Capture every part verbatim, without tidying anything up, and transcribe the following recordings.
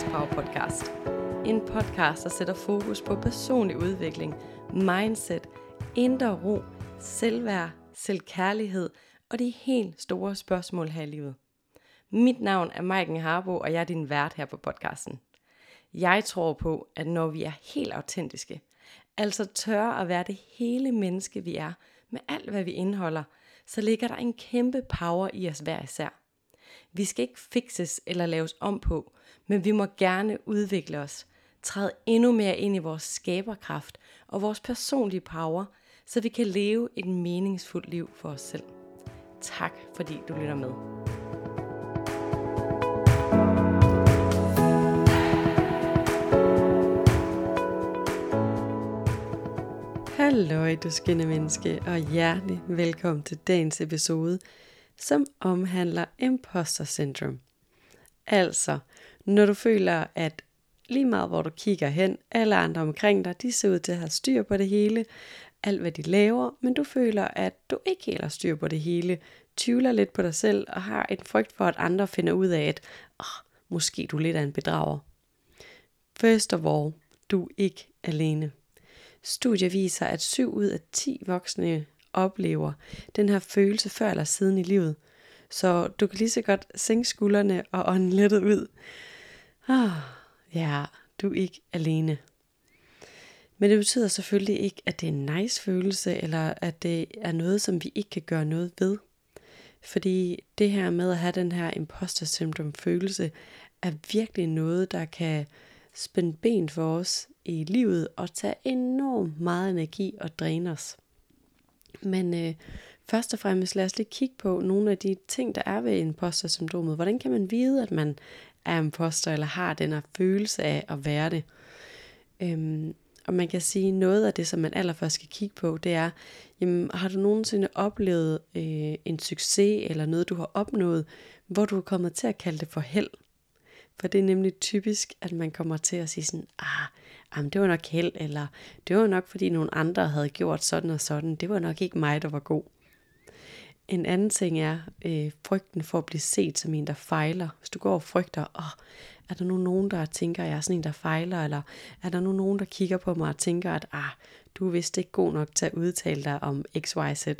Power Podcast. En podcast, der sætter fokus på personlig udvikling, mindset, indre ro, selvværd, selvkærlighed og de helt store spørgsmål her i livet. Mit navn er Maiken Harbo, og jeg er din vært her på podcasten. Jeg tror på, at når vi er helt autentiske, altså tør at være det hele menneske vi er, med alt hvad vi indeholder, så ligger der en kæmpe power i os hver især. Vi skal ikke fikses eller laves om på, men vi må gerne udvikle os, træde endnu mere ind i vores skaberkraft og vores personlige power, så vi kan leve et meningsfuldt liv for os selv. Tak fordi du lytter med. Halløj du skønne menneske, og hjertelig velkommen til dagens episode, som omhandler imposter syndrome. Altså, når du føler, at lige meget hvor du kigger hen, alle andre omkring dig, de ser ud til at have styr på det hele, alt hvad de laver, men du føler, at du ikke helt har styr på det hele, tvivler lidt på dig selv og har en frygt for, at andre finder ud af, at oh, måske du er lidt af en bedrager. First of all, du er ikke alene. Studier viser, at syv ud af ti voksne oplever den her følelse før eller siden i livet. Så du kan lige så godt sænke skuldrene og ånde lettet ud. Oh, ja, du er ikke alene. Men det betyder selvfølgelig ikke, at det er en nice følelse, eller at det er noget, som vi ikke kan gøre noget ved. Fordi det her med at have den her imposter syndrome følelse, er virkelig noget, der kan spænde ben for os i livet og tage enormt meget energi og dræne os. Men øh, først og fremmest lad os lige kigge på nogle af de ting, der er ved imposter-syndromet. Hvordan kan man vide, at man er imposter eller har den her følelse af at være det? Øhm, og man kan sige, noget af det, som man allerførst skal kigge på, det er, jamen, har du nogensinde oplevet øh, en succes eller noget, du har opnået, hvor du er kommet til at kalde det for held? For det er nemlig typisk, at man kommer til at sige sådan, ah, jamen, det var nok held, eller det var nok fordi nogle andre havde gjort sådan og sådan, det var nok ikke mig, der var god. En anden ting er øh, frygten for at blive set som en, der fejler. Hvis du går og frygter, åh, er der nu nogen, der tænker, at jeg er sådan en, der fejler, eller er der nu nogen, der kigger på mig og tænker, at ah, du er vist ikke god nok til at udtale dig om X Y Z.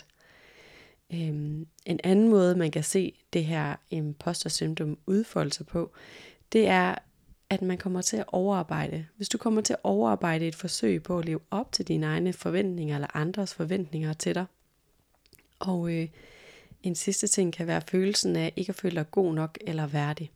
Øhm, en anden måde, man kan se det her imposter syndrom udfolde sig på, det er, at man kommer til at overarbejde. Hvis du kommer til at overarbejde et forsøg på at leve op til dine egne forventninger, eller andres forventninger til dig. Og øh, en sidste ting kan være følelsen af ikke at føle dig god nok eller værdig.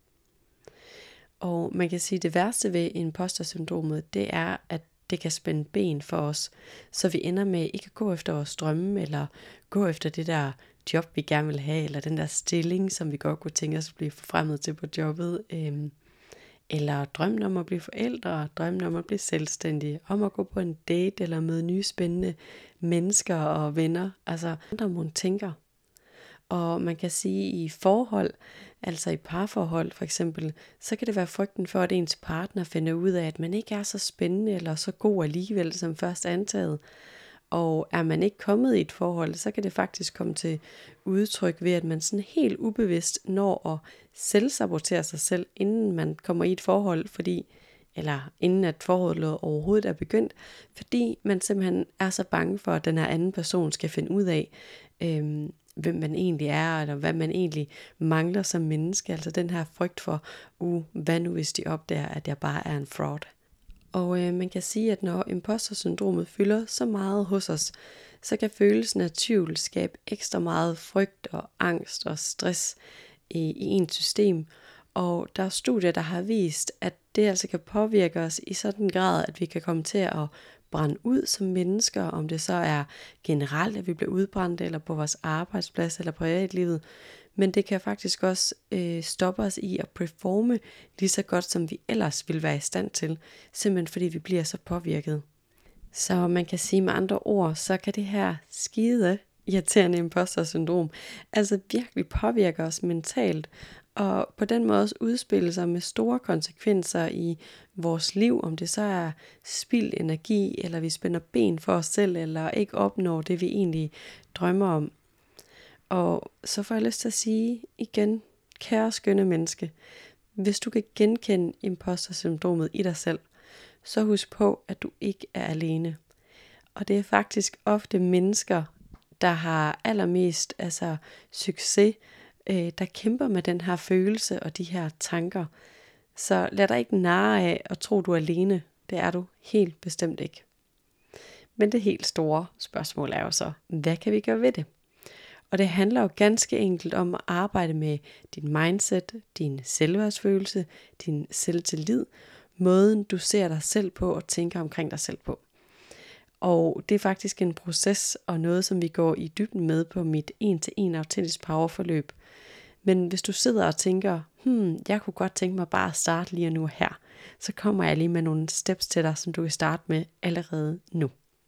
Og man kan sige, at det værste ved imposter-syndromet, det er, at det kan spænde ben for os, så vi ender med ikke at gå efter vores drømme, eller gå efter det der job, vi gerne vil have, eller den der stilling, som vi godt kunne tænke os at blive forfremmet til på jobbet, øhm, eller drømmen om at blive forældre, drømmen om at blive selvstændige, om at gå på en date, eller møde nye spændende mennesker og venner, altså andre man tænker. Og man kan sige i forhold, altså i parforhold for eksempel, så kan det være frygten for, at ens partner finder ud af, at man ikke er så spændende eller så god alligevel som først antaget. Og er man ikke kommet i et forhold, så kan det faktisk komme til udtryk ved, at man sådan helt ubevidst når at selvsabotere sig selv, inden man kommer i et forhold, fordi, eller inden at forholdet overhovedet er begyndt, fordi man simpelthen er så bange for, at den her anden person skal finde ud af, øhm, hvem man egentlig er, eller hvad man egentlig mangler som menneske. Altså den her frygt for, uh, hvad nu hvis de opdager, at jeg bare er en fraud. Og øh, man kan sige, at når imposter-syndromet fylder så meget hos os, så kan følelsen af tvivl skabe ekstra meget frygt og angst og stress i, i ens system. Og der er studier, der har vist, at det altså kan påvirke os i sådan en grad, at vi kan komme til at brænde ud som mennesker, om det så er generelt, at vi bliver udbrændt, eller på vores arbejdsplads, eller privatlivet. Men det kan faktisk også øh, stoppe os i at performe lige så godt, som vi ellers ville være i stand til, simpelthen fordi vi bliver så påvirket. Så man kan sige med andre ord, så kan det her skide irriterende imposter-syndrom altså virkelig påvirke os mentalt, og på den måde også udspille sig med store konsekvenser i vores liv, om det så er spild energi, eller vi spænder ben for os selv, eller ikke opnår det, vi egentlig drømmer om. Og så får jeg lyst til at sige igen, kære skønne menneske, Hvis du kan genkende imposter-syndromet i dig selv, så husk på, at du ikke er alene. Og det er faktisk ofte mennesker, der har allermest altså, succes, øh, der kæmper med den her følelse og de her tanker. Så lad dig ikke narre af at tro, du er alene. Det er du helt bestemt ikke. Men det helt store spørgsmål er jo så, hvad kan vi gøre ved det? Og det handler jo ganske enkelt om at arbejde med din mindset, din selvværdsfølelse, din selvtillid, måden du ser dig selv på og tænker omkring dig selv på. Og det er faktisk en proces og noget, som vi går i dybden med på mit en til en autentisk power forløb. Men hvis du sidder og tænker, hmm, jeg kunne godt tænke mig bare at starte lige nu her, så kommer jeg lige med nogle steps til dig, som du kan starte med allerede nu.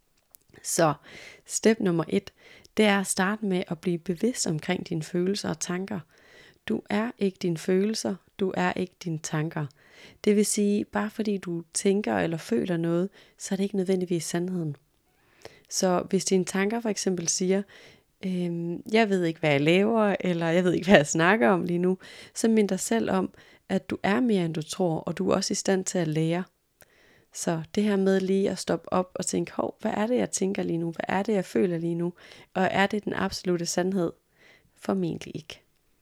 Så step nummer et, det er at starte med at blive bevidst omkring dine følelser og tanker. Du er ikke dine følelser, du er ikke dine tanker. Det vil sige, bare fordi du tænker eller føler noget, så er det ikke nødvendigvis sandheden. Så hvis dine tanker for eksempel siger, øhm, jeg ved ikke hvad jeg laver, eller jeg ved ikke hvad jeg snakker om lige nu, så mind dig selv om, at du er mere end du tror, og du er også i stand til at lære. Så det her med lige at stoppe op og tænke, hov, hvad er det jeg tænker lige nu, hvad er det jeg føler lige nu, og er det den absolute sandhed? Formentlig ikke.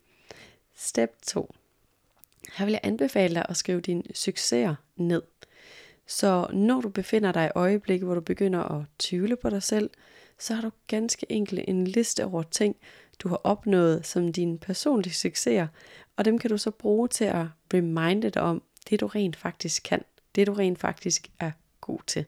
Step to. Her vil jeg anbefale dig at skrive dine succeser ned. Så når du befinder dig i øjeblikket, hvor du begynder at tvivle på dig selv, så har du ganske enkelt en liste over ting, du har opnået som dine personlige succeser, og dem kan du så bruge til at reminde dig om det, du rent faktisk kan, det du rent faktisk er god til.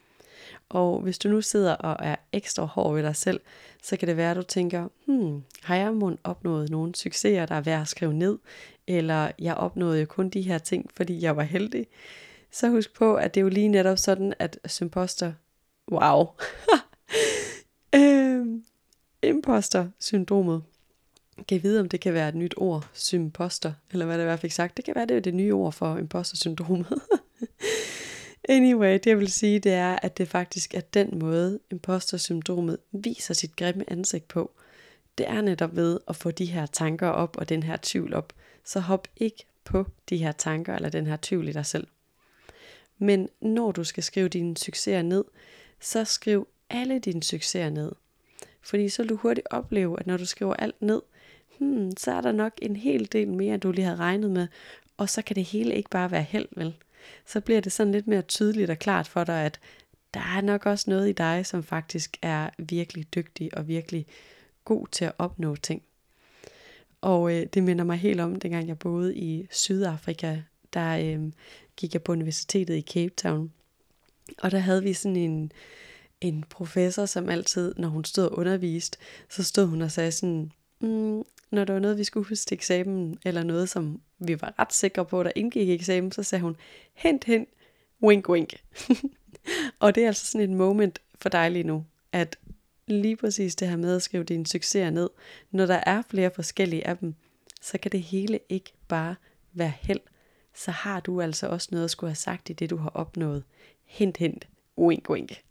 Og hvis du nu sidder og er ekstra hård ved dig selv, så kan det være, at du tænker, hmm, har jeg mon opnået nogle succeser, der er værd at skrive ned, eller jeg opnåede jo kun de her ting, fordi jeg var heldig. Så husk på, at det er jo lige netop sådan, at imposter, wow, øhm, imposter-syndromet, kan vide, om det kan være et nyt ord, symposter, eller hvad det i hvert fald fik sagt. Det kan være, det er det nye ord for imposter-syndromet. Anyway, det jeg vil sige, det er, at det faktisk er den måde, imposter-syndromet viser sit grimme ansigt på. Det er netop ved at få de her tanker op, og den her tvivl op. Så hop ikke på de her tanker, eller den her tvivl i dig selv. Men når du skal skrive dine succeser ned, så skriv alle dine succeser ned. Fordi så vil du hurtigt opleve, at når du skriver alt ned, hmm, så er der nok en hel del mere, end du lige havde regnet med, og så kan det hele ikke bare være held, vel? Så bliver det sådan lidt mere tydeligt og klart for dig, at der er nok også noget i dig, som faktisk er virkelig dygtig og virkelig god til at opnå ting. Og øh, det minder mig helt om, dengang jeg boede i Sydafrika, der øh, gik jeg på universitetet i Cape Town. Og der havde vi sådan en, en professor, som altid, når hun stod og underviste, så stod hun og sagde sådan, mm, når der var noget, vi skulle huske til eksamen, eller noget, som vi var ret sikre på, der indgik i eksamen, så sagde hun, hent, hent, wink, wink. Og det er altså sådan et moment for dig lige nu, at lige præcis det her med at skrive dine succeser ned, når der er flere forskellige af dem, så kan det hele ikke bare være held. Så har du altså også noget at skulle have sagt i det, du har opnået. Hint, hint, wink, wink.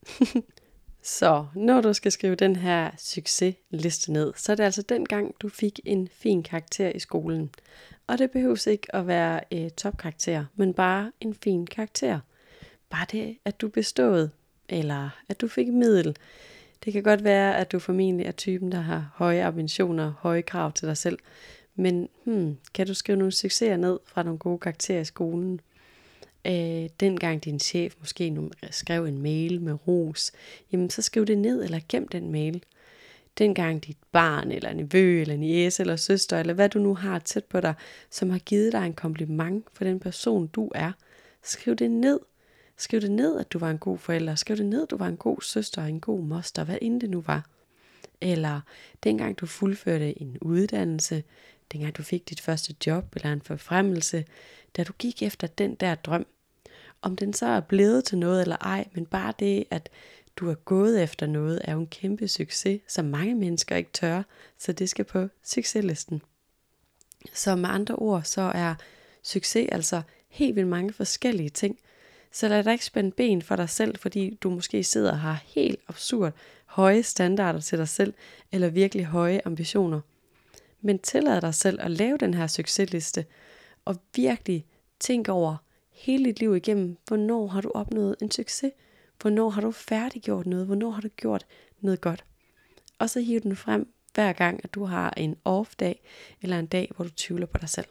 Så når du skal skrive den her succesliste ned, så er det altså den gang, du fik en fin karakter i skolen. Og det behøves ikke at være øh, topkarakter, men bare en fin karakter. Bare det, at du bestod, eller at du fik middel. Det kan godt være, at du formentlig er typen, der har høje ambitioner, høje krav til dig selv. Men hmm, kan du skrive nogle succeser ned fra nogle gode karakterer i skolen? Øh, dengang din chef måske skrev en mail med ros, jamen så skriv det ned eller gem den mail. Dengang dit barn eller nevø eller niece eller søster eller hvad du nu har tæt på dig, som har givet dig en kompliment for den person du er, skriv det ned. Skriv det ned, at du var en god forælder. Skriv det ned, at du var en god søster, en god moster, hvad end det nu var. Eller dengang du fuldførte en uddannelse, dengang du fik dit første job eller en forfremmelse, da du gik efter den der drøm. Om den så er blevet til noget eller ej, men bare det, at du er gået efter noget, er jo en kæmpe succes, som mange mennesker ikke tør, så det skal på succeslisten. Så med andre ord, så er succes altså helt vildt mange forskellige ting. Så lad dig ikke spænde ben for dig selv, fordi du måske sidder og har helt absurd høje standarder til dig selv, eller virkelig høje ambitioner. Men tillad dig selv at lave den her succesliste, Og virkelig tænk over hele dit liv igennem, hvornår har du opnået en succes? Hvornår har du færdiggjort noget? Hvornår har du gjort noget godt? Og så hiv den frem hver gang, at du har en off-dag, eller en dag, hvor du tvivler på dig selv.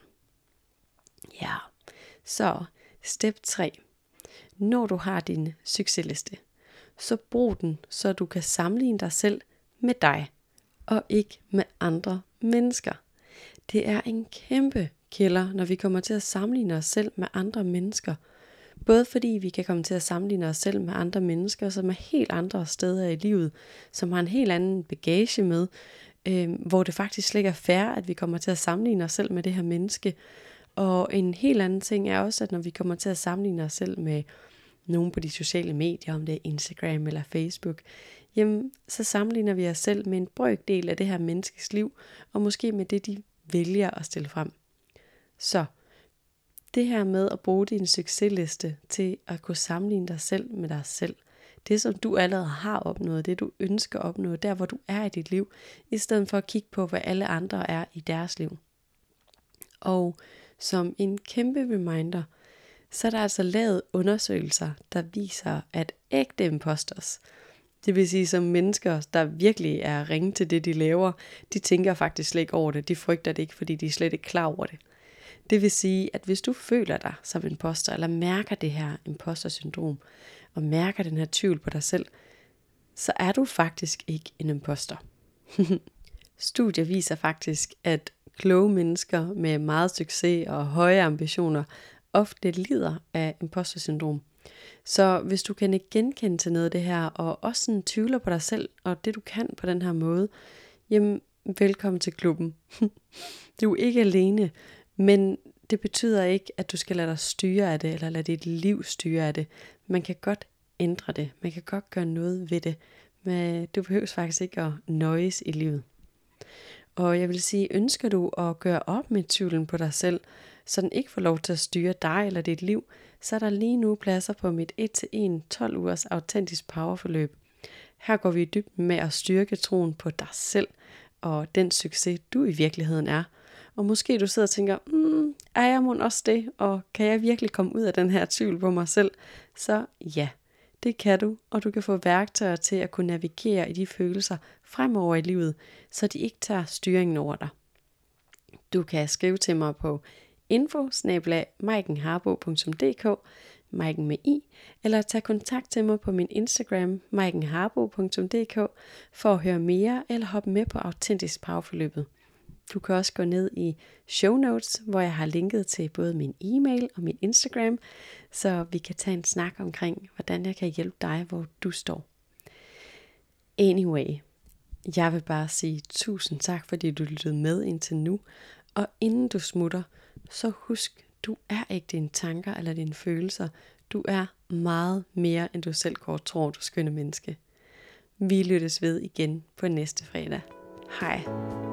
Ja, så step tre. Når du har din succesliste, så brug den, så du kan sammenligne dig selv med dig, og ikke med andre mennesker. Det er en kæmpe kælder, når vi kommer til at sammenligne os selv med andre mennesker. Både fordi vi kan komme til at sammenligne os selv med andre mennesker, som er helt andre steder i livet, som har en helt anden bagage med, øh, hvor det faktisk slet ikke er fair, at vi kommer til at sammenligne os selv med det her menneske. Og en helt anden ting er også, at når vi kommer til at sammenligne os selv med nogen på de sociale medier, om det er Instagram eller Facebook, jamen så sammenligner vi os selv med en brøkdel af det her menneskes liv, og måske med det, de vælger at stille frem. Så det her med at bruge din succesliste til at kunne sammenligne dig selv med dig selv, det som du allerede har opnået, det du ønsker at opnå, der hvor du er i dit liv, i stedet for at kigge på, hvad alle andre er i deres liv. Og som en kæmpe reminder, så er der altså lavet undersøgelser, der viser, at ægte imposters, det vil sige som mennesker, der virkelig er ringe til det, de laver, de tænker faktisk slet ikke over det, de frygter det ikke, fordi de er slet ikke klar over det. Det vil sige, at hvis du føler dig som imposter, eller mærker det her imposter-syndrom, og mærker den her tvivl på dig selv, så er du faktisk ikke en imposter. Studier viser faktisk, at kloge mennesker med meget succes og høje ambitioner ofte lider af imposter-syndrom. Så hvis du kan ikke genkende til noget af det her, og også sådan tvivler på dig selv, og det du kan på den her måde, jamen velkommen til klubben. Du er ikke alene, men det betyder ikke, at du skal lade dig styre af det, eller lade dit liv styre af det. Man kan godt ændre det, man kan godt gøre noget ved det, men du behøver faktisk ikke at nøjes i livet. Og jeg vil sige, ønsker du at gøre op med tvivlen på dig selv, så den ikke får lov til at styre dig eller dit liv, så er der lige nu pladser på mit et til en tolv ugers autentisk powerforløb. Her går vi i dybden med at styrke troen på dig selv og den succes, du i virkeligheden er. Og måske du sidder og tænker, mm, er jeg mon også det, og kan jeg virkelig komme ud af den her tvivl på mig selv? Så ja, det kan du, og du kan få værktøjer til at kunne navigere i de følelser fremover i livet, så de ikke tager styringen over dig. Du kan skrive til mig på info bindestreg maikenharbo punktum d k, Maiken med i, eller tage kontakt til mig på min Instagram, maikenharbo punktum d k, for at høre mere eller hoppe med på autentisk powerforløbet. Du kan også gå ned i show notes, hvor jeg har linket til både min e-mail og min Instagram, så vi kan tage en snak omkring, hvordan jeg kan hjælpe dig, hvor du står. Anyway, jeg vil bare sige tusind tak, fordi du lyttede med indtil nu. Og inden du smutter, så husk, du er ikke dine tanker eller dine følelser. Du er meget mere, end du selv godt tror, du skønne menneske. Vi lyttes ved igen på næste fredag. Hej.